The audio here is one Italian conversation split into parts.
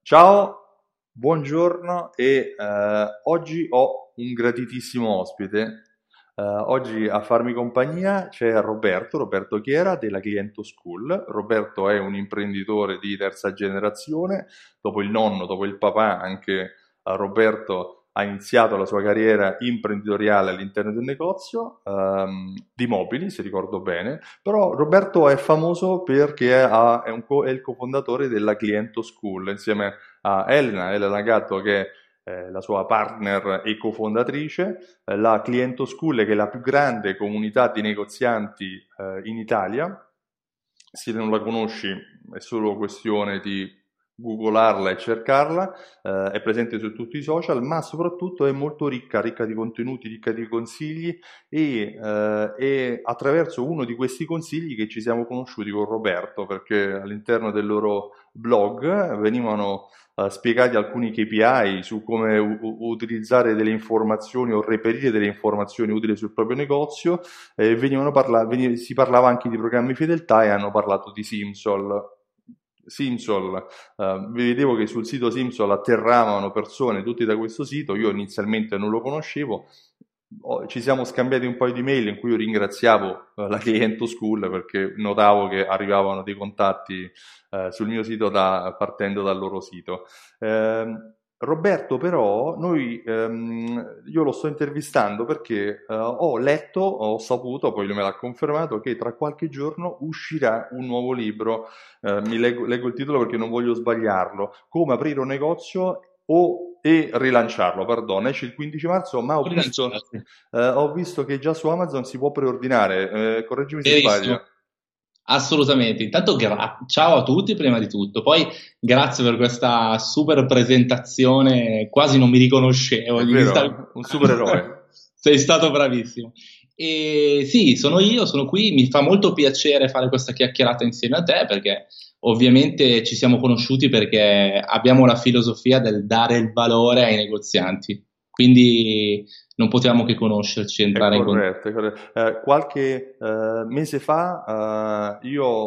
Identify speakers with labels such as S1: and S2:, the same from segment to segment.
S1: Ciao, buongiorno oggi ho un gratitissimo ospite. Oggi a farmi compagnia c'è Roberto Chiera della Cliento School. Roberto è un imprenditore di terza generazione, dopo il nonno, dopo il papà, anche Roberto ha iniziato la sua carriera imprenditoriale all'interno di un negozio di mobili, se ricordo bene. Però Roberto è famoso perché è il cofondatore della Cliento School insieme a Elena Gatto che è la sua partner e cofondatrice, la Cliento School che è la più grande comunità di negozianti in Italia. Se non la conosci è solo questione di googlarla e cercarla, è presente su tutti i social, ma soprattutto è molto ricca di contenuti, ricca di consigli e attraverso uno di questi consigli che ci siamo conosciuti con Roberto, perché all'interno del loro blog venivano spiegati alcuni KPI su come utilizzare delle informazioni o reperire delle informazioni utili sul proprio negozio. Si parlava anche di programmi fedeltà e hanno parlato di Simsol. Simsol, vedevo che sul sito Simsol atterravano persone tutti da questo sito, io inizialmente non lo conoscevo. Ci siamo scambiati un paio di mail in cui io ringraziavo la Cliento School perché notavo che arrivavano dei contatti sul mio sito partendo dal loro sito. Roberto, però, io lo sto intervistando perché ho letto, ho saputo, poi lui me l'ha confermato, che tra qualche giorno uscirà un nuovo libro. Leggo il titolo perché non voglio sbagliarlo: Come aprire un negozio e rilanciarlo, perdono. Esce il 15 marzo, ma ho visto che già su Amazon si può preordinare. Correggimi se
S2: Verissimo,
S1: sbaglio.
S2: assolutamente. Intanto ciao a tutti prima di tutto, poi grazie per questa super presentazione, quasi non mi riconoscevo,
S1: È
S2: mi stavi
S1: vero, un supereroe.
S2: sei stato bravissimo. E sì, sono io, sono qui, mi fa molto piacere fare questa chiacchierata insieme a te perché ovviamente ci siamo conosciuti perché abbiamo la filosofia del dare il valore ai negozianti, quindi non potevamo che conoscerci,
S1: È
S2: entrare in contatto.
S1: corretto, è corretto. Qualche mese fa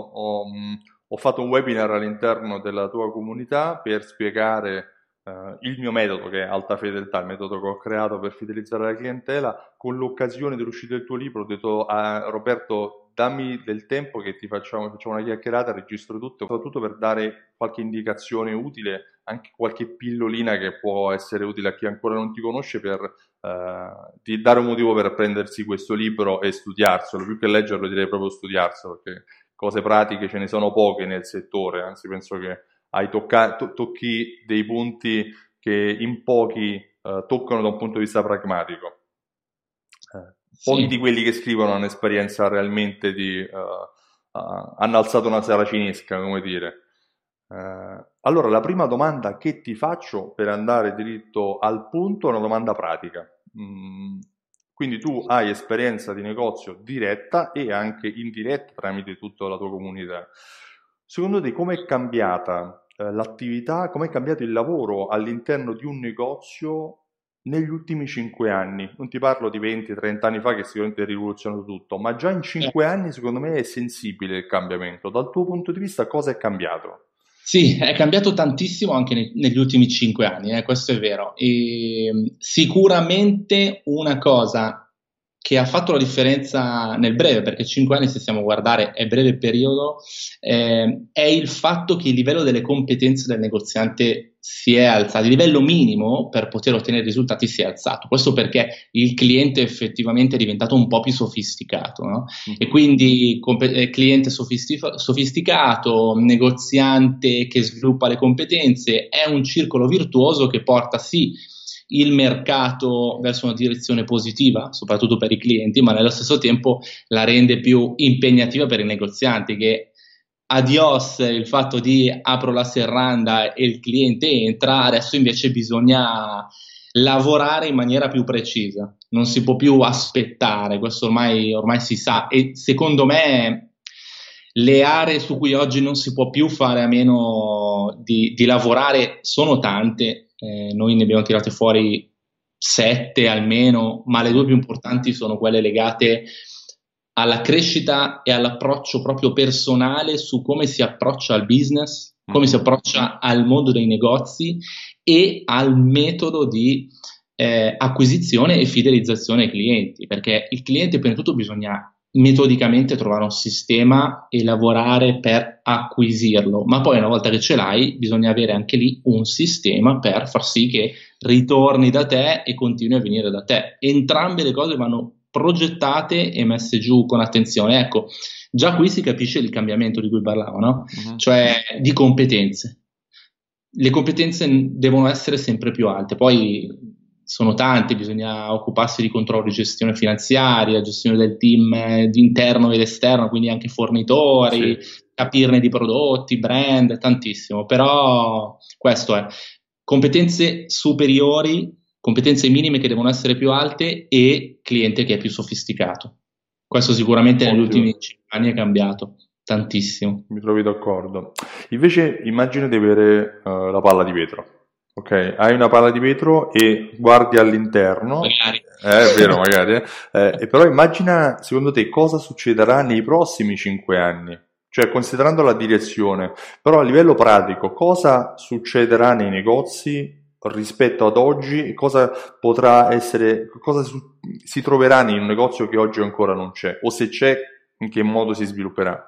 S1: ho fatto un webinar all'interno della tua comunità per spiegare il mio metodo, che è Alta Fedeltà, il metodo che ho creato per fidelizzare la clientela. Con l'occasione dell'uscita del tuo libro ho detto a Roberto, dammi del tempo che facciamo una chiacchierata, registro tutto, soprattutto per dare qualche indicazione utile, anche qualche pillolina che può essere utile a chi ancora non ti conosce per di dare un motivo per prendersi questo libro e studiarselo. Più che leggerlo direi proprio studiarselo, perché cose pratiche ce ne sono poche nel settore, anzi penso che tocchi dei punti che in pochi toccano da un punto di vista pragmatico. Pochi di
S2: Sì.
S1: quelli che scrivono hanno esperienza realmente hanno alzato una saracinesca, come dire. Allora, la prima domanda che ti faccio per andare diritto al punto è una domanda pratica. Mm, quindi tu hai esperienza di negozio diretta e anche indiretta tramite tutta la tua comunità. Secondo te com'è cambiata l'attività, com'è cambiato il lavoro all'interno di un negozio negli ultimi 5 anni? Non ti parlo di 20-30 anni fa che sicuramente è rivoluzionato tutto, ma già in 5 anni secondo me è sensibile il cambiamento. Dal tuo punto di vista cosa è cambiato?
S2: Sì, è cambiato tantissimo anche negli ultimi 5 anni, questo è vero. Sicuramente una cosa che ha fatto la differenza nel breve, perché 5 anni, se stiamo a guardare, è breve periodo, è il fatto che il livello delle competenze del negoziante si è alzato, il livello minimo per poter ottenere risultati si è alzato. Questo perché il cliente effettivamente è diventato un po' più sofisticato, no? E
S1: Mhm.
S2: quindi cliente sofisticato, negoziante che sviluppa le competenze, è un circolo virtuoso che porta sì il mercato verso una direzione positiva, soprattutto per i clienti, ma nello stesso tempo la rende più impegnativa per i negozianti che adios il fatto di apro la serranda e il cliente entra, adesso invece bisogna lavorare in maniera più precisa, non si può più aspettare, questo ormai si sa e secondo me le aree su cui oggi non si può più fare a meno di lavorare sono tante, noi ne abbiamo tirate fuori sette almeno, ma le due più
S1: Mhm.
S2: importanti sono quelle legate alla crescita e all'approccio proprio personale su come si approccia al business come si approccia al mondo dei negozi e al metodo di acquisizione e fidelizzazione ai clienti, perché il cliente prima di tutto bisogna metodicamente trovare un sistema e lavorare per acquisirlo, ma poi una volta che ce l'hai bisogna avere anche lì un sistema per far sì che ritorni da te e continui a venire da te. Entrambe le cose vanno progettate e messe giù con attenzione. Ecco, già qui si capisce il cambiamento di cui parlavo, no? Cioè di competenze. Le competenze devono essere sempre più alte, poi sono tante, bisogna occuparsi di controllo di gestione finanziaria, gestione del team interno ed esterno, quindi anche fornitori, capirne di prodotti, brand, tantissimo, però questo è, competenze superiori, competenze minime che devono essere più alte e cliente che è più sofisticato. Questo sicuramente negli ultimi 5 anni è cambiato tantissimo.
S1: Mi trovi d'accordo. Invece immagina di avere la palla di vetro. Ok, hai una palla di vetro e guardi all'interno,
S2: Magari.
S1: È vero, magari, e però immagina, secondo te, cosa succederà nei prossimi 5 anni? Cioè, considerando la direzione, però a livello pratico, cosa succederà nei negozi rispetto ad oggi e cosa potrà essere, si troverà in un negozio che oggi ancora non c'è? O se c'è, in che modo si svilupperà?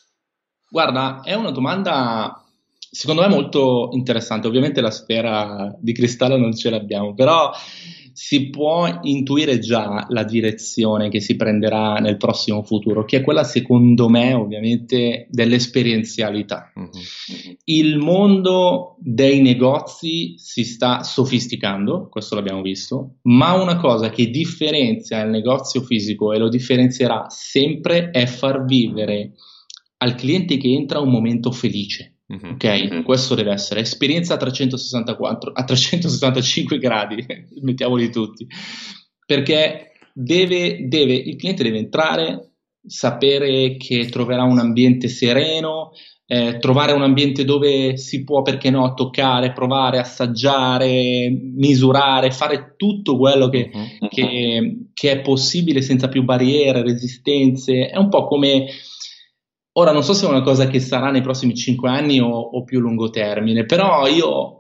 S2: Guarda, è una domanda secondo me molto interessante. Ovviamente la sfera di cristallo non ce l'abbiamo, però si può intuire già la direzione che si prenderà nel prossimo futuro, che è quella, secondo me, ovviamente, dell'esperienzialità. Il mondo dei negozi si sta sofisticando, questo l'abbiamo visto, ma una cosa che differenzia il negozio fisico e lo differenzierà sempre è far vivere al cliente che entra un momento felice. Ok, questo deve essere esperienza a 365 gradi, mettiamoli tutti, perché il cliente deve entrare, sapere che troverà un ambiente sereno, trovare un ambiente dove si può, perché no, toccare, provare, assaggiare, misurare, fare tutto quello che è possibile senza più barriere, resistenze. È un po' come... Ora non so se è una cosa che sarà nei prossimi 5 anni o più lungo termine, però io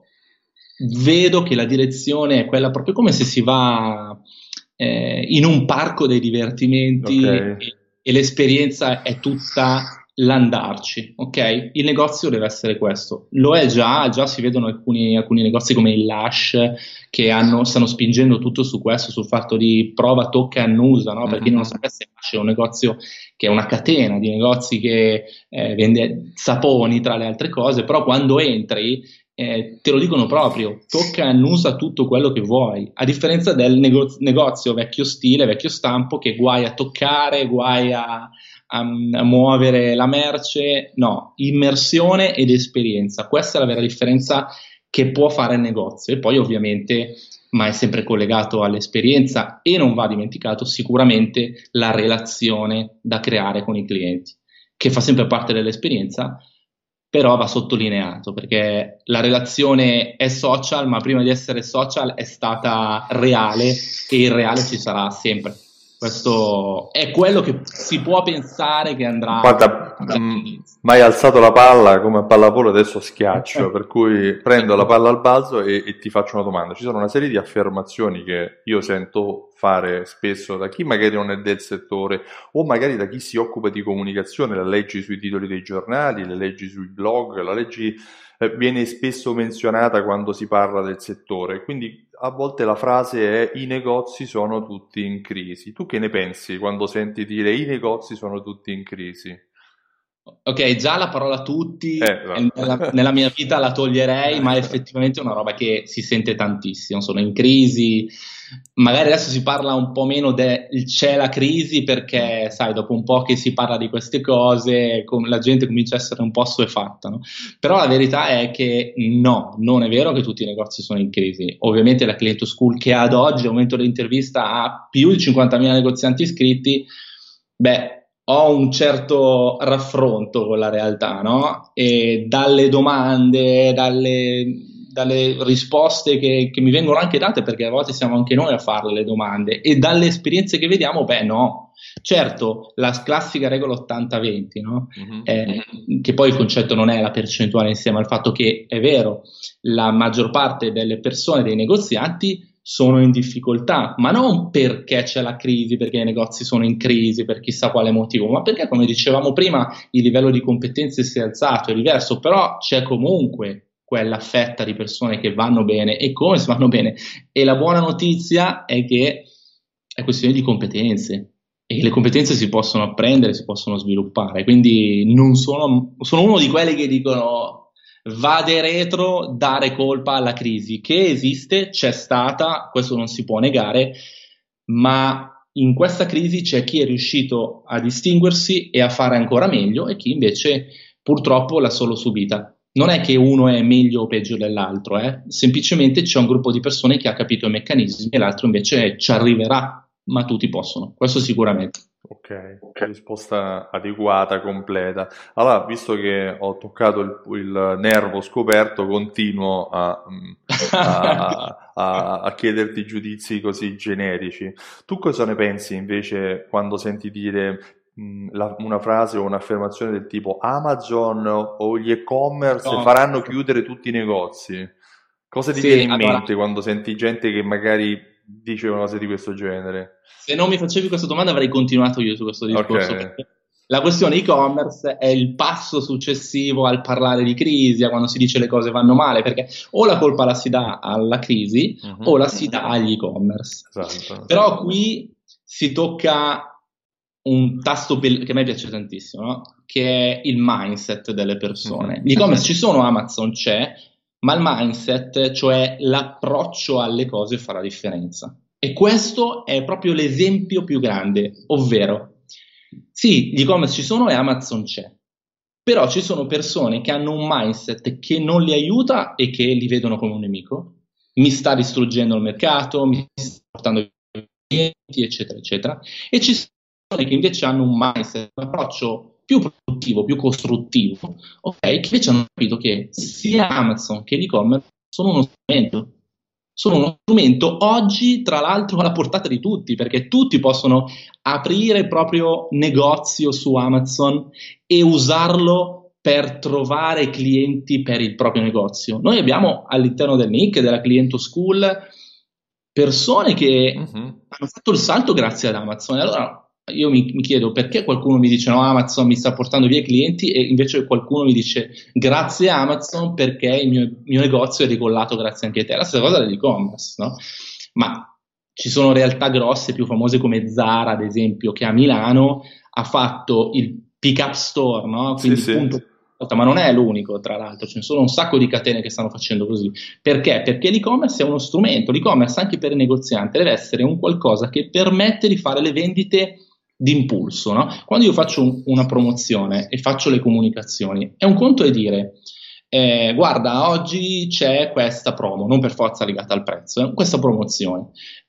S2: vedo che la direzione è quella, proprio come se si va in un parco dei divertimenti, e l'esperienza è tutta l'andarci, ok? Il negozio deve essere questo, lo è già si vedono alcuni negozi come il Lush che stanno spingendo tutto su questo, sul fatto di prova, tocca e annusa, no? Per chi non lo sapesse, Lush è un negozio che è una catena di negozi che vende saponi tra le altre cose, però quando entri te lo dicono proprio, tocca e annusa tutto quello che vuoi, a differenza del negozio vecchio stile, vecchio stampo, che guai a toccare, guai a muovere la merce. No, immersione ed esperienza, questa è la vera differenza che può fare il negozio. E poi ovviamente, ma è sempre collegato all'esperienza, e non va dimenticato sicuramente la relazione da creare con i clienti, che fa sempre parte dell'esperienza, però va sottolineato, perché la relazione è social, ma prima di essere social è stata reale, e il reale ci sarà sempre. Questo è quello che si può pensare che andrà.
S1: Guarda, mai alzato la palla come a pallavolo, adesso schiaccio, per cui prendo la palla al balzo e ti faccio una domanda. Ci sono una serie di affermazioni che io sento fare spesso da chi magari non è del settore, o magari da chi si occupa di comunicazione, la leggi sui titoli dei giornali, le leggi sui blog, la leggi viene spesso menzionata quando si parla del settore, quindi a volte la frase è: i negozi sono tutti in crisi. Tu che ne pensi quando senti dire i negozi sono tutti in crisi?
S2: Ok, già la parola tutti nella mia vita la toglierei, ma effettivamente è una roba che si sente tantissimo, sono in crisi. Magari adesso si parla un po' meno c'è la crisi, perché sai, dopo un po' che si parla di queste cose la gente comincia a essere un po' assuefatta, no? Però la verità è che no, non è vero che tutti i negozi sono in crisi. Ovviamente la Client School, che ad oggi, al momento dell'intervista, ha più di 50.000 negozianti iscritti, ho un certo raffronto con la realtà, no? E dalle domande, dalle risposte che mi vengono anche date, perché a volte siamo anche noi a fare le domande, e dalle esperienze che vediamo, beh no. Certo, la classica regola 80-20, no? Che poi il concetto non è la percentuale insieme al fatto che è vero, la maggior parte delle persone, dei negozianti, sono in difficoltà, ma non perché c'è la crisi, perché i negozi sono in crisi, per chissà quale motivo, ma perché, come dicevamo prima, il livello di competenze si è alzato, è diverso, però c'è comunque quella fetta di persone che vanno bene, e come si vanno bene. E la buona notizia è che è questione di competenze, e le competenze si possono apprendere, si possono sviluppare, quindi non sono uno di quelli che dicono vade retro, dare colpa alla crisi, che esiste, c'è stata, questo non si può negare, ma in questa crisi c'è chi è riuscito a distinguersi e a fare ancora meglio, e chi invece purtroppo l'ha solo subita. Non è che uno è meglio o peggio dell'altro, semplicemente c'è un gruppo di persone che ha capito i meccanismi e l'altro invece ci arriverà, ma tutti possono, questo sicuramente.
S1: Ok, risposta adeguata, completa. Allora, visto che ho toccato il nervo scoperto, continuo a chiederti giudizi così generici. Tu cosa ne pensi invece quando senti dire una frase o un'affermazione del tipo Amazon o gli e-commerce
S2: No.
S1: faranno chiudere tutti i negozi? Cosa ti viene
S2: Sì,
S1: in
S2: allora,
S1: mente quando senti gente che magari dice una cosa di questo genere?
S2: se non mi facevi questa domanda avrei continuato io su questo
S1: Ok.
S2: discorso, perché la questione e-commerce è il passo successivo al parlare di crisi, a quando si dice le cose vanno male, perché o la colpa la si dà alla crisi o la si dà agli e-commerce.
S1: Esatto.
S2: Però qui si tocca un tasto che a me piace tantissimo, no? Che è il mindset delle persone. L'e-commerce ci sono, Amazon c'è, ma il mindset, cioè l'approccio alle cose, fa la differenza. E questo è proprio l'esempio più grande, ovvero, sì, gli e-commerce ci sono e Amazon c'è, però ci sono persone che hanno un mindset che non li aiuta e che li vedono come un nemico, mi sta distruggendo il mercato, mi sta portando clienti, eccetera, eccetera, e ci sono persone che invece hanno un mindset, un approccio più produttivo, più costruttivo, ok, che invece hanno capito che sia Amazon che l'e-commerce sono uno strumento. Sono uno strumento oggi, tra l'altro, alla portata di tutti, perché tutti possono aprire il proprio negozio su Amazon e usarlo per trovare clienti per il proprio negozio. Noi abbiamo all'interno del NIC, della Cliento School, persone che hanno fatto il salto grazie ad Amazon. E allora io mi chiedo perché qualcuno mi dice no, Amazon mi sta portando via i clienti, e invece qualcuno mi dice grazie a Amazon perché il mio negozio è decollato grazie anche a te. La stessa cosa dell'e-commerce, no? Ma ci sono realtà grosse, più famose come Zara, ad esempio, che a Milano ha fatto il pick-up store, no? Quindi
S1: Sì,
S2: punto,
S1: sì.
S2: ma non è l'unico, tra l'altro, ce ne sono un sacco di catene che stanno facendo così. Perché? Perché l'e-commerce è uno strumento, l'e-commerce anche per i negozianti deve essere un qualcosa che permette di fare le vendite d'impulso, no? Quando io faccio una promozione e faccio le comunicazioni, è un conto è dire guarda, oggi c'è questa promo, non per forza legata al prezzo, questa promozione.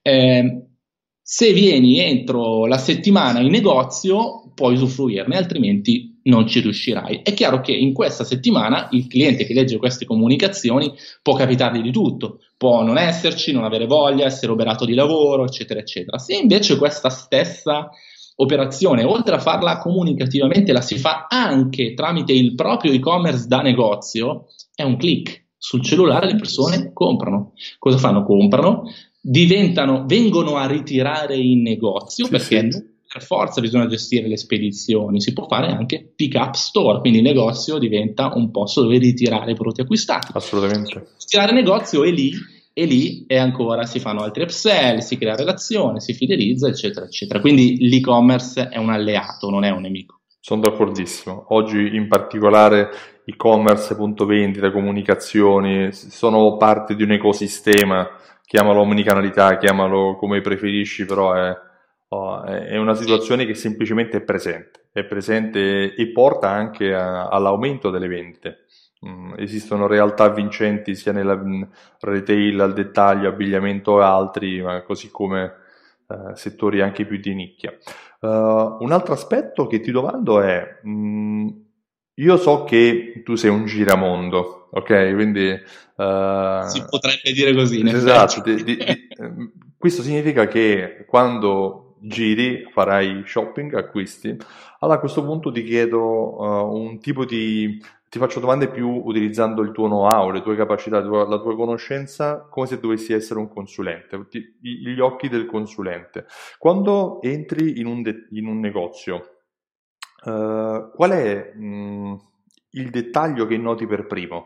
S2: Se vieni entro la settimana in negozio puoi usufruirne, altrimenti non ci riuscirai. È chiaro che in questa settimana il cliente che legge queste comunicazioni può capitargli di tutto, può non esserci, non avere voglia, essere oberato di lavoro, eccetera, eccetera. Se invece questa stessa operazione, oltre a farla comunicativamente, la si fa anche tramite il proprio e-commerce da negozio, è un click. Sul cellulare le persone comprano. Cosa fanno? Comprano, vengono a ritirare in negozio,
S1: Sì,
S2: perché
S1: sì.
S2: per forza bisogna gestire le spedizioni, si può fare anche pick-up store, quindi il negozio diventa un posto dove ritirare i prodotti acquistati.
S1: Assolutamente.
S2: Ritirare il negozio e lì è ancora si fanno altri upsell, si crea relazione, si fidelizza, eccetera, eccetera. Quindi l'e-commerce è un alleato, non è un nemico.
S1: Sono d'accordissimo. Oggi in particolare e-commerce, punto vendita, comunicazioni sono parte di un ecosistema, chiamalo omnicanalità, chiamalo come preferisci, però è una situazione che semplicemente è presente e porta anche all'aumento delle vendite. Esistono realtà vincenti sia nella retail, al dettaglio, abbigliamento e altri, ma così come settori anche più di nicchia. Un altro aspetto che ti domando è, io so che tu sei un giramondo, ok? Quindi
S2: Si potrebbe dire così, in
S1: esatto,
S2: effetti.
S1: questo significa che quando giri, farai shopping, acquisti, allora a questo punto ti chiedo un tipo di... ti faccio domande più utilizzando il tuo know-how, le tue capacità, la tua conoscenza, come se dovessi essere un consulente, gli occhi del consulente. Quando entri in un negozio, qual è il dettaglio che noti per primo?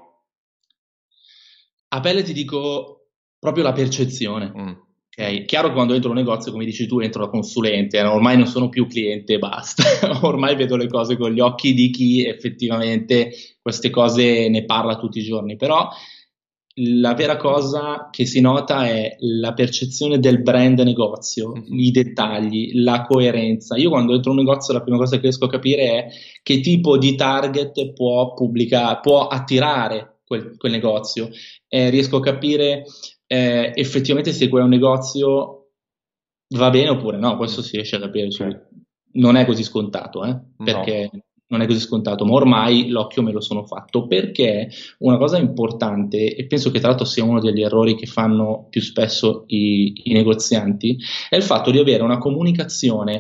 S2: A pelle ti dico proprio la percezione.
S1: Mm.
S2: Ok, chiaro che quando entro in un negozio, come dici tu, entro da consulente, ormai non sono più cliente e basta, ormai vedo le cose con gli occhi di chi effettivamente queste cose ne parla tutti i giorni, però la vera cosa che si nota è la percezione del brand negozio, i dettagli, la coerenza. Io quando entro in un negozio la prima cosa che riesco a capire è che tipo di target può attirare quel negozio. Riesco a capire effettivamente se quel negozio va bene oppure no, questo si riesce a capire
S1: Ok.
S2: subito. Non è così scontato,
S1: No.
S2: perché non è così scontato, ma ormai l'occhio me lo sono fatto, perché una cosa importante, e penso che tra l'altro sia uno degli errori che fanno più spesso i negozianti, è il fatto di avere una comunicazione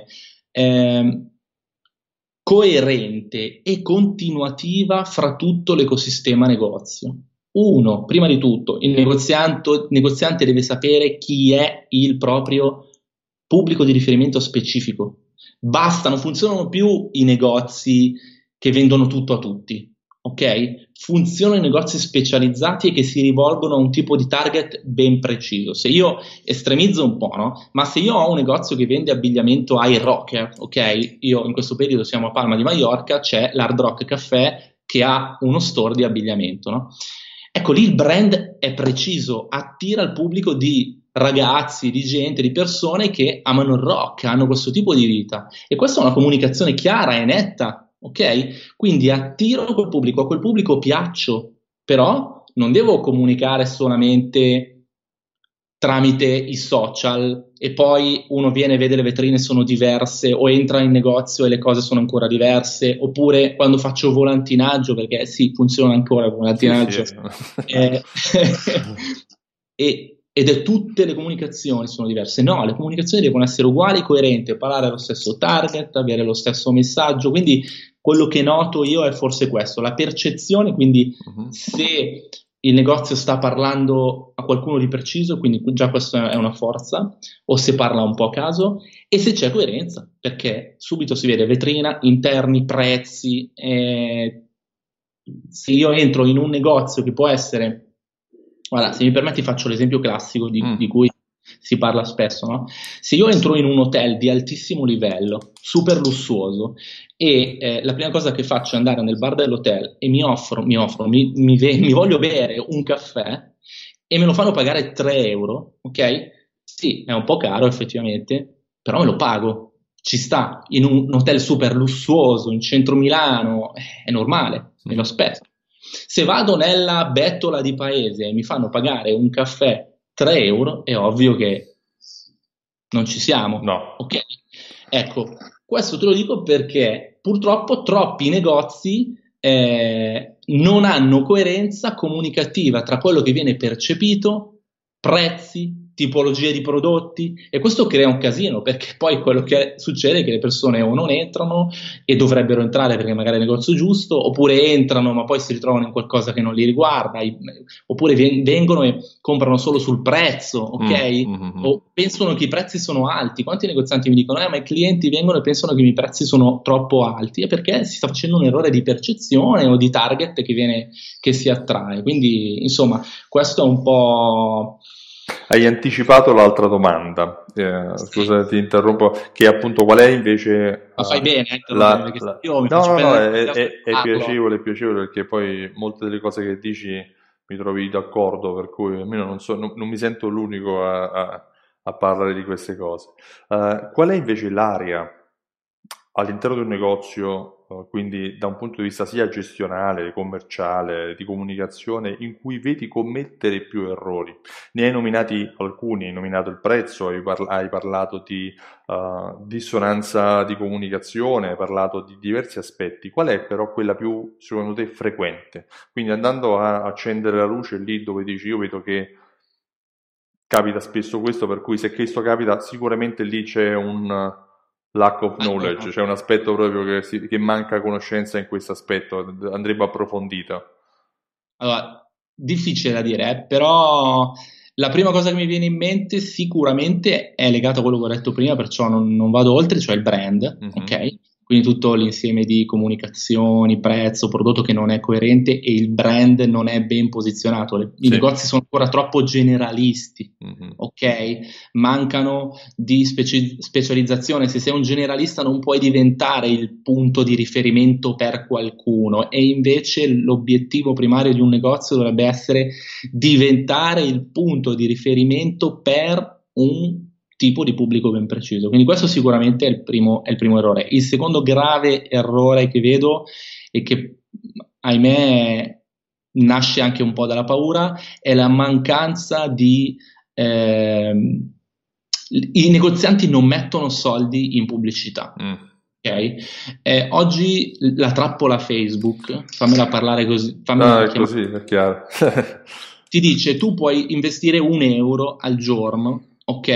S2: coerente e continuativa fra tutto l'ecosistema negozio. Uno, prima di tutto, il negoziante deve sapere chi è il proprio pubblico di riferimento specifico. Basta, non funzionano più i negozi che vendono tutto a tutti, ok? Funzionano i negozi specializzati e che si rivolgono a un tipo di target ben preciso. Se io estremizzo un po', no? Ma se io ho un negozio che vende abbigliamento ai rocker, ok? Io in questo periodo siamo a Palma di Mallorca, c'è l'Hard Rock Café che ha uno store di abbigliamento, no? Ecco, lì il brand è preciso, attira il pubblico di ragazzi, di gente, di persone che amano il rock, hanno questo tipo di vita. E questa è una comunicazione chiara e netta, ok? Quindi attiro quel pubblico, a quel pubblico piaccio, però non devo comunicare solamente tramite i social e poi uno viene, vede le vetrine sono diverse o entra in negozio e le cose sono ancora diverse, oppure quando faccio volantinaggio, perché sì, funziona ancora il
S1: Sì, sì.
S2: volantinaggio, eh, ed è tutte le comunicazioni sono diverse. No, le comunicazioni devono essere uguali, coerenti, parlare allo stesso target, avere lo stesso messaggio, quindi quello che noto io è forse questo, la percezione, quindi
S1: Mhm.
S2: se il negozio sta parlando a qualcuno di preciso, quindi già questa è una forza, o se parla un po' a caso, e se c'è coerenza, perché subito si vede vetrina, interni, prezzi. Se io entro in un negozio che può essere, guarda, se mi permetti faccio l'esempio classico di
S1: Mm.
S2: cui si parla spesso, no? Se io entro in un hotel di altissimo livello, super lussuoso, e la prima cosa che faccio è andare nel bar dell'hotel e mi voglio bere un caffè e me lo fanno pagare 3 euro, ok? Sì, è un po' caro effettivamente, però me lo pago. Ci sta, in un hotel super lussuoso in centro Milano, è normale, me lo
S1: Mhm.
S2: aspetto. Se vado nella bettola di paese e mi fanno pagare un caffè 3 euro, è ovvio che non ci siamo,
S1: No.
S2: ok? Ecco, questo te lo dico perché purtroppo troppi negozi non hanno coerenza comunicativa tra quello che viene percepito, prezzi, tipologie di prodotti e questo crea un casino perché poi quello che succede è che le persone o non entrano e dovrebbero entrare perché magari è il negozio giusto, oppure entrano ma poi si ritrovano in qualcosa che non li riguarda, oppure vengono e comprano solo sul prezzo, ok?
S1: Mhm.
S2: O pensano che i prezzi sono alti. Quanti negozianti mi dicono, ma i clienti vengono e pensano che i miei prezzi sono troppo alti? È perché si sta facendo un errore di percezione o di target che si attrae. Quindi, insomma, questo è un po'...
S1: Hai anticipato l'altra domanda,
S2: Sì,
S1: scusa ti interrompo, che è appunto qual è invece
S2: ma fai bene a interrompermi perché io mi
S1: No,
S2: faccio
S1: no, no,
S2: prendere entusiasmo e parlo.
S1: è piacevole perché poi molte delle cose che dici mi trovi d'accordo, per cui almeno non mi sento l'unico a parlare di queste cose. Qual è invece l'area all'interno di un negozio quindi da un punto di vista sia gestionale, commerciale, di comunicazione, in cui vedi commettere più errori? Ne hai nominati alcuni, hai nominato il prezzo, hai parlato di dissonanza di comunicazione, hai parlato di diversi aspetti. Qual è però quella più, secondo te, frequente? Quindi andando a accendere la luce lì dove dici io vedo che capita spesso questo, per cui se questo capita sicuramente lì c'è un lack of knowledge,
S2: Allora,
S1: c'è un aspetto proprio che manca conoscenza in questo aspetto, andrebbe approfondita.
S2: difficile da dire, però la prima cosa che mi viene in mente sicuramente è legata a quello che ho detto prima, perciò non vado oltre, cioè il brand,
S1: Mhm.
S2: ok? Quindi tutto l'insieme di comunicazioni, prezzo, prodotto che non è coerente e il brand non è ben posizionato. I
S1: Sì.
S2: negozi sono ancora troppo generalisti,
S1: Mhm.
S2: ok? Mancano di specializzazione. Se sei un generalista non puoi diventare il punto di riferimento per qualcuno e invece l'obiettivo primario di un negozio dovrebbe essere diventare il punto di riferimento per un tipo di pubblico ben preciso. Quindi questo sicuramente è il primo errore. Il secondo grave errore che vedo e che, ahimè, nasce anche un po' dalla paura è la mancanza di... ehm, i negozianti non mettono soldi in pubblicità.
S1: Mm.
S2: Ok? Oggi la trappola Facebook, fammela parlare così,
S1: Ah,
S2: fammela
S1: è
S2: chiamare,
S1: così, è chiaro.
S2: ti dice tu puoi investire 1 euro al giorno, ok?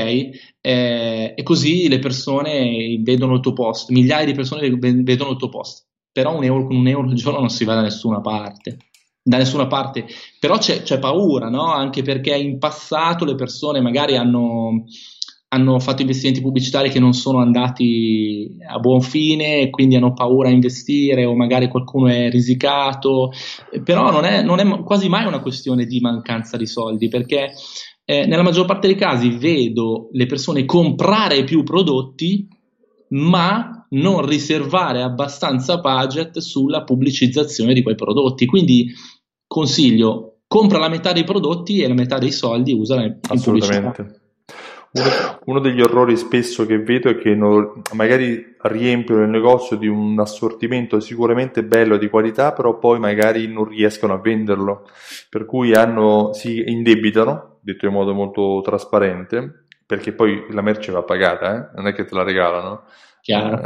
S2: E così le persone vedono il tuo post, migliaia di persone vedono il tuo post, però 1 euro con 1 euro al giorno non si va da nessuna parte. Da nessuna parte, però c'è paura, no? Anche perché in passato le persone magari hanno fatto investimenti pubblicitari che non sono andati a buon fine e quindi hanno paura a investire o magari qualcuno è risicato. Però non è quasi mai una questione di mancanza di soldi, perché nella maggior parte dei casi vedo le persone comprare più prodotti, ma non riservare abbastanza budget sulla pubblicizzazione di quei prodotti. Quindi consiglio, compra la metà dei prodotti e la metà dei soldi usala in pubblicità.
S1: Assolutamente. Uno degli errori spesso che vedo è che magari riempiono il negozio di un assortimento sicuramente bello di qualità, però poi magari non riescono a venderlo, per cui si indebitano, detto in modo molto trasparente, perché poi la merce va pagata, non è che te la regalano.
S2: Chiaro?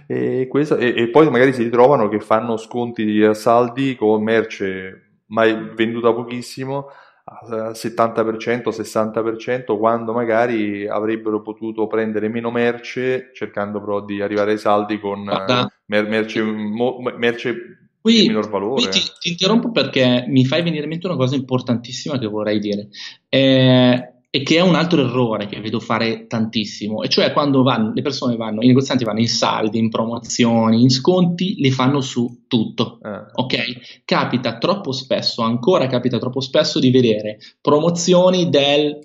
S1: E poi magari si ritrovano che fanno sconti a saldi con merce mai venduta pochissimo al 70%, 60%, quando magari avrebbero potuto prendere meno merce, cercando però di arrivare ai saldi con
S2: Guarda,
S1: merce di
S2: qui,
S1: minor
S2: qui ti,
S1: valore.
S2: ti interrompo perché mi fai venire in mente una cosa importantissima che vorrei dire, e che è un altro errore che vedo fare tantissimo, e cioè quando le persone vanno, i negozianti vanno in saldi, in promozioni, in sconti, li fanno su tutto.
S1: Eh,
S2: Ok? Capita troppo spesso, ancora capita troppo spesso di vedere promozioni del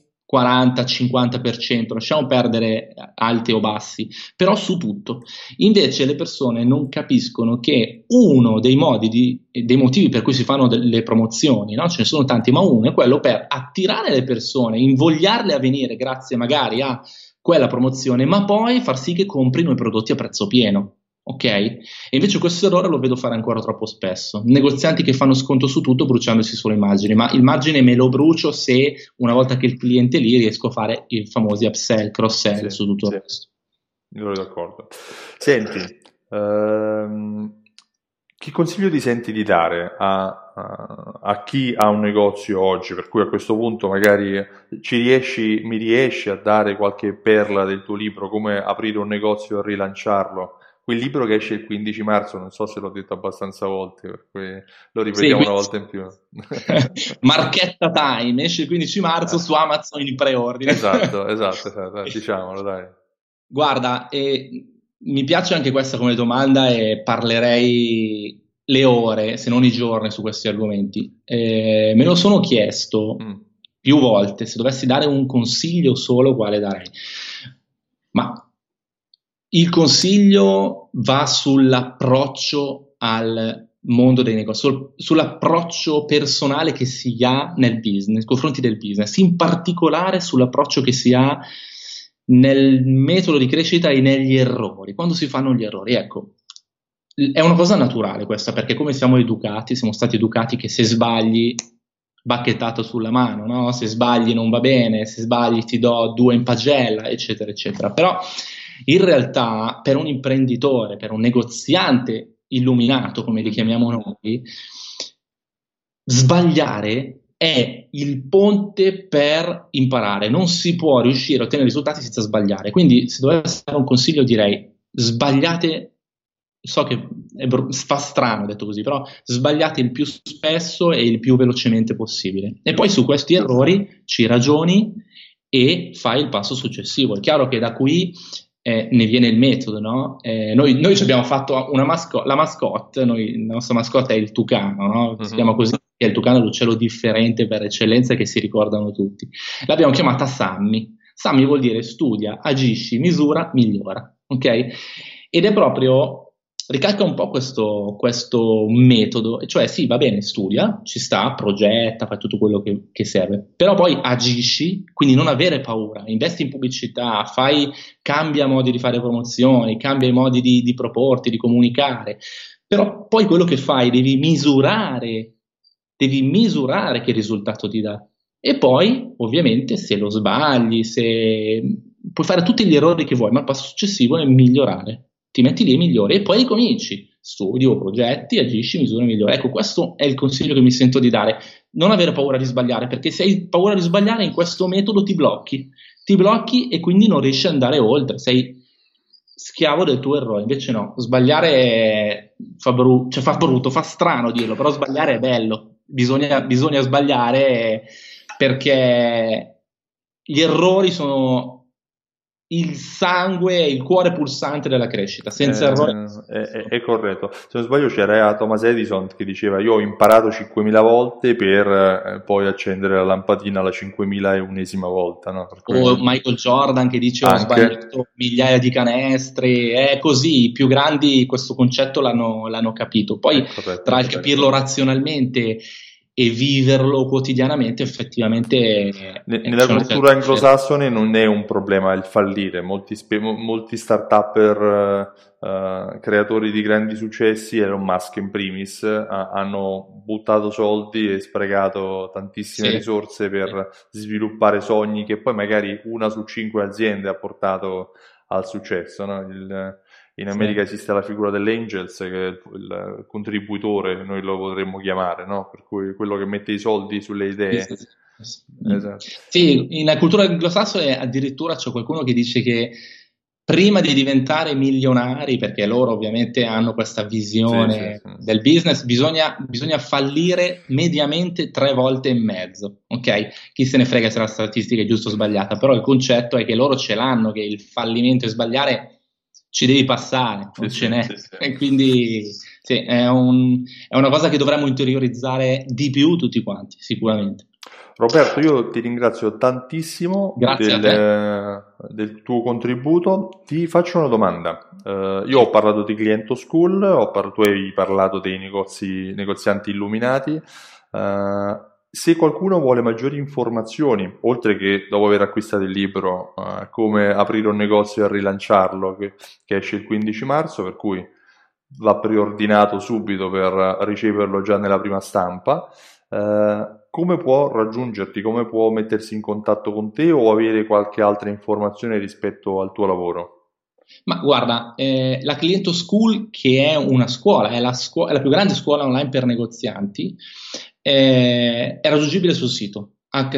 S2: 40-50%, lasciamo perdere alti o bassi, però su tutto. Invece le persone non capiscono che uno dei dei motivi per cui si fanno delle promozioni, no? Ce ne sono tanti, ma uno è quello per attirare le persone, invogliarle a venire grazie magari a quella promozione, ma poi far sì che comprino i prodotti a prezzo pieno. Ok? E invece questo errore lo vedo fare ancora troppo spesso. Negozianti che fanno sconto su tutto bruciandosi solo i margini, ma il margine me lo brucio se una volta che il cliente è lì riesco a fare i famosi upsell, cross-sell
S1: sì,
S2: su tutto il resto.
S1: mi sono d'accordo. Senti, che consiglio ti senti di dare a chi ha un negozio oggi, per cui a questo punto magari mi riesci a dare qualche perla del tuo libro, come aprire un negozio e rilanciarlo? Quel libro che esce il 15 marzo, non so se l'ho detto abbastanza volte, per cui lo
S2: Sì,
S1: ripetiamo una
S2: quindi
S1: volta in più.
S2: Marchetta Time esce il 15 marzo su Amazon in preordine.
S1: Esatto, esatto, esatto, dai, diciamolo, dai.
S2: Guarda, mi piace anche questa come domanda e parlerei le ore, se non i giorni, su questi argomenti. Me lo sono chiesto
S1: Mm,
S2: più volte, se dovessi dare un consiglio solo, quale darei? Ma il consiglio va sull'approccio al mondo dei negozi, sull'approccio personale che si ha nel business, nei confronti del business, in particolare sull'approccio che si ha nel metodo di crescita e negli errori, quando si fanno gli errori. Ecco, è una cosa naturale questa, perché come siamo educati, siamo stati educati che se sbagli, bacchettato sulla mano, no? Se sbagli non va bene, se sbagli ti do 2 in pagella, eccetera, eccetera. Però in realtà per un imprenditore, per un negoziante illuminato, come li chiamiamo noi, sbagliare è il ponte per imparare. Non si può riuscire a ottenere risultati senza sbagliare. Quindi, se dovessi dare un consiglio, direi sbagliate. So che fa strano detto così, però sbagliate il più spesso e il più velocemente possibile. E poi su questi errori ci ragioni e fai il passo successivo. È chiaro che da qui ne viene il metodo, no? Noi ci abbiamo fatto la mascotte, la nostra mascotte è il tucano, no? Si chiama così, è il tucano, l'uccello differente per eccellenza che si ricordano tutti. L'abbiamo chiamata Sammy. Sammy vuol dire studia, agisci, misura, migliora, ok? Ed è proprio ricalca un po' questo metodo, cioè sì, va bene, studia, ci sta, progetta, fa tutto quello che serve, però poi agisci, quindi non avere paura, investi in pubblicità, cambia modi di fare promozioni, cambia i modi di proporti, di comunicare, però poi quello che fai devi misurare che risultato ti dà. E poi, ovviamente, se lo sbagli, se puoi fare tutti gli errori che vuoi, ma il passo successivo è migliorare. Ti metti lì e migliori e poi ricominci. Studi o progetti, agisci, misuri, migliori. Ecco, questo è il consiglio che mi sento di dare. Non avere paura di sbagliare, perché se hai paura di sbagliare in questo metodo ti blocchi. Ti blocchi e quindi non riesci ad andare oltre. Sei schiavo del tuo errore. Invece no, sbagliare fa brutto, fa strano dirlo, però sbagliare è bello. Bisogna sbagliare perché gli errori sono il sangue, il cuore pulsante della crescita. Senza errori
S1: È corretto. Se non sbaglio c'era Thomas Edison che diceva io ho imparato 5.000 volte per poi accendere la lampadina la 5.001esima volta, no? Per cui
S2: o Michael Jordan che dice ho sbagliato migliaia di canestri, è così, i più grandi questo concetto l'hanno capito. Poi tra il capirlo razionalmente e viverlo quotidianamente effettivamente
S1: nella cultura anglosassone non è un problema il fallire, molti start-upper creatori di grandi successi, Elon Musk in primis, hanno buttato soldi e sprecato tantissime risorse per sviluppare sogni che poi magari 1 su 5 aziende ha portato al successo, no? In America esiste la figura dell'angels, che è il contributore, noi lo potremmo chiamare, no? Per cui quello che mette i soldi sulle idee.
S2: Esatto. Sì, in cultura anglosassone addirittura c'è qualcuno che dice che prima di diventare milionari, perché loro ovviamente hanno questa visione del business, bisogna fallire mediamente 3 volte e mezzo, ok? Chi se ne frega se la statistica è giusta o sbagliata, però il concetto è che loro ce l'hanno, che il fallimento e sbagliare ci devi passare, non ce n'è. E quindi è una cosa che dovremmo interiorizzare di più tutti quanti, sicuramente.
S1: Roberto, io ti ringrazio tantissimo del tuo contributo. Ti faccio una domanda. Io ho parlato di Cliento School, tu hai parlato dei negozianti illuminati. Se qualcuno vuole maggiori informazioni, oltre che dopo aver acquistato il libro, come aprire un negozio e rilanciarlo, che esce il 15 marzo, per cui va preordinato subito per riceverlo già nella prima stampa, come può raggiungerti, come può mettersi in contatto con te o avere qualche altra informazione rispetto al tuo lavoro?
S2: Ma guarda, la Cliento School, che è una scuola, è la più grande scuola online per negozianti, è raggiungibile sul sito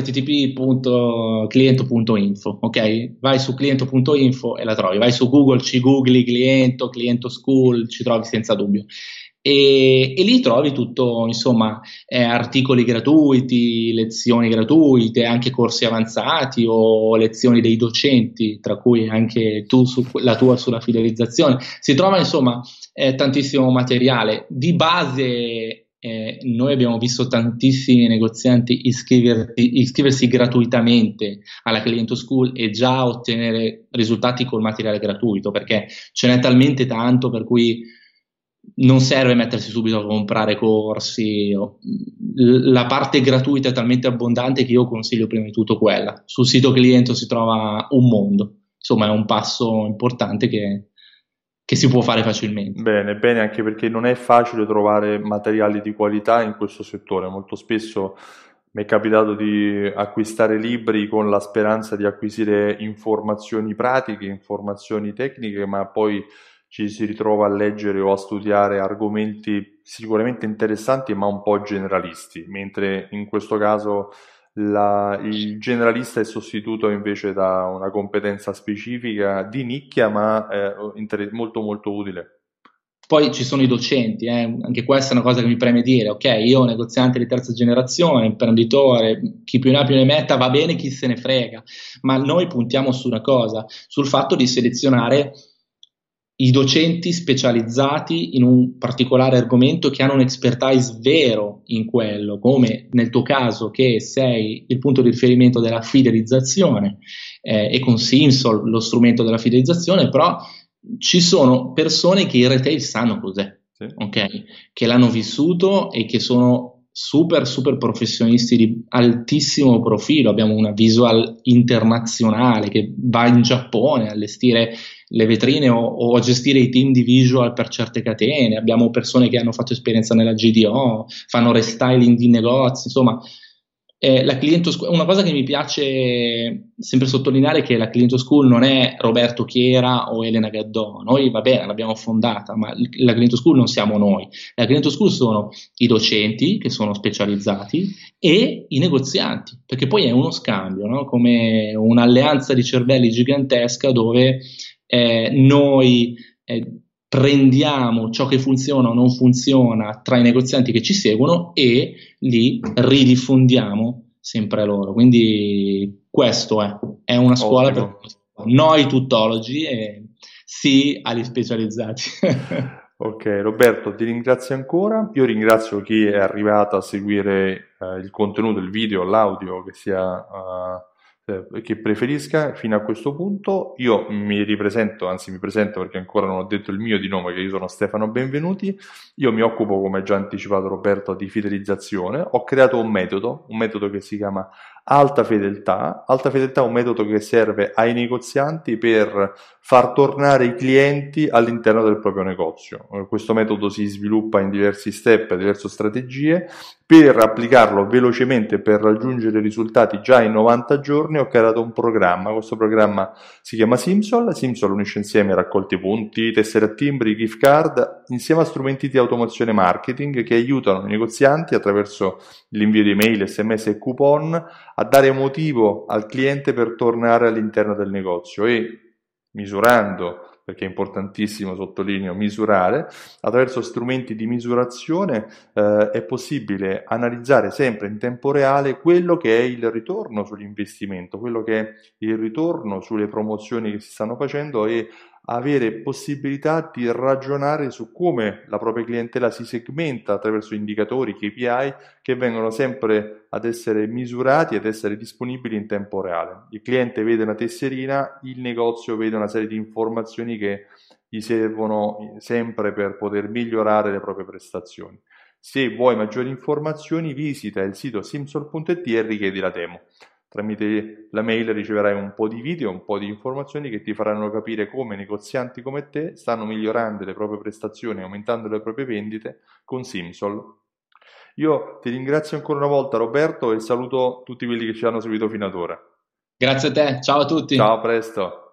S2: http.cliento.info, ok? Vai su cliento.info e la trovi, vai su Google, ci googli Cliento School, ci trovi senza dubbio. E lì trovi tutto, insomma, articoli gratuiti, lezioni gratuite, anche corsi avanzati o lezioni dei docenti, tra cui anche la tua sulla fidelizzazione. Si trova, insomma, tantissimo materiale. Di base noi abbiamo visto tantissimi negozianti iscriversi gratuitamente alla Cliento School e già ottenere risultati col materiale gratuito, perché ce n'è talmente tanto per cui non serve mettersi subito a comprare corsi. La parte gratuita è talmente abbondante che io consiglio prima di tutto quella. Sul sito Cliento si trova un mondo, insomma è un passo importante che che si può fare facilmente.
S1: Bene, bene, anche perché non è facile trovare materiali di qualità in questo settore. Molto spesso mi è capitato di acquistare libri con la speranza di acquisire informazioni pratiche, informazioni tecniche, ma poi ci si ritrova a leggere o a studiare argomenti sicuramente interessanti, ma un po' generalisti, mentre in questo caso il generalista è sostituito invece da una competenza specifica di nicchia, ma molto molto utile.
S2: Poi ci sono i docenti, anche questa è una cosa che mi preme dire, ok, io negoziante di terza generazione, imprenditore, chi più ne ha più ne metta, va bene, chi se ne frega, ma noi puntiamo su una cosa, sul fatto di selezionare i docenti specializzati in un particolare argomento che hanno un expertise vero in quello, come nel tuo caso che sei il punto di riferimento della fidelizzazione e con Simsol lo strumento della fidelizzazione, però ci sono persone che in retail sanno cos'è,
S1: Sì.
S2: ok? Che l'hanno vissuto e che sono super super professionisti di altissimo profilo. Abbiamo una visual internazionale che va in Giappone a allestire le vetrine o a gestire i team di visual per certe catene. Abbiamo persone che hanno fatto esperienza nella GDO, fanno restyling di negozi, insomma. Una cosa che mi piace sempre sottolineare è che la Cliento School non è Roberto Chiera o Elena Gaddò. Noi va bene, l'abbiamo fondata, ma la Cliento School non siamo noi. La Cliento School sono i docenti che sono specializzati e i negozianti, perché poi è uno scambio, no? Come un'alleanza di cervelli gigantesca dove noi prendiamo ciò che funziona o non funziona tra i negozianti che ci seguono e li ridiffondiamo sempre loro. Quindi questo è una scuola per
S1: Ottimo.
S2: noi tuttologi e sì agli specializzati.
S1: Ok, Roberto, ti ringrazio ancora. Io ringrazio chi è arrivato a seguire il contenuto, il video, l'audio che preferisca fino a questo punto. Io mi ripresento, anzi mi presento perché ancora non ho detto il mio di nome, che io sono Stefano Benvenuti. Io mi occupo, come già anticipato Roberto, di fidelizzazione. Ho creato un metodo che si chiama Alta Fedeltà. Alta Fedeltà è un metodo che serve ai negozianti per far tornare i clienti all'interno del proprio negozio. Questo metodo si sviluppa in diversi step, diverse strategie. Per applicarlo velocemente e per raggiungere risultati già in 90 giorni ho creato un programma. Questo programma si chiama Simsol. Simsol unisce insieme raccolti punti, tessere a timbri, gift card, insieme a strumenti di automazione marketing che aiutano i negozianti attraverso l'invio di mail, sms e coupon a dare motivo al cliente per tornare all'interno del negozio e misurando, perché è importantissimo, sottolineo, misurare, attraverso strumenti di misurazione è possibile analizzare sempre in tempo reale quello che è il ritorno sull'investimento, quello che è il ritorno sulle promozioni che si stanno facendo e avere possibilità di ragionare su come la propria clientela si segmenta attraverso indicatori, KPI che vengono sempre ad essere misurati, ad essere disponibili in tempo reale. Il cliente vede una tesserina, il negozio vede una serie di informazioni che gli servono sempre per poter migliorare le proprie prestazioni. Se vuoi maggiori informazioni, visita il sito simsol.it e richiedi la demo. Tramite la mail riceverai un po' di video, un po' di informazioni che ti faranno capire come negozianti come te stanno migliorando le proprie prestazioni, aumentando le proprie vendite con Simsol. Io ti ringrazio ancora una volta Roberto e saluto tutti quelli che ci hanno seguito fino ad ora.
S2: Grazie a te, ciao a
S1: Ciao,
S2: tutti.
S1: a presto!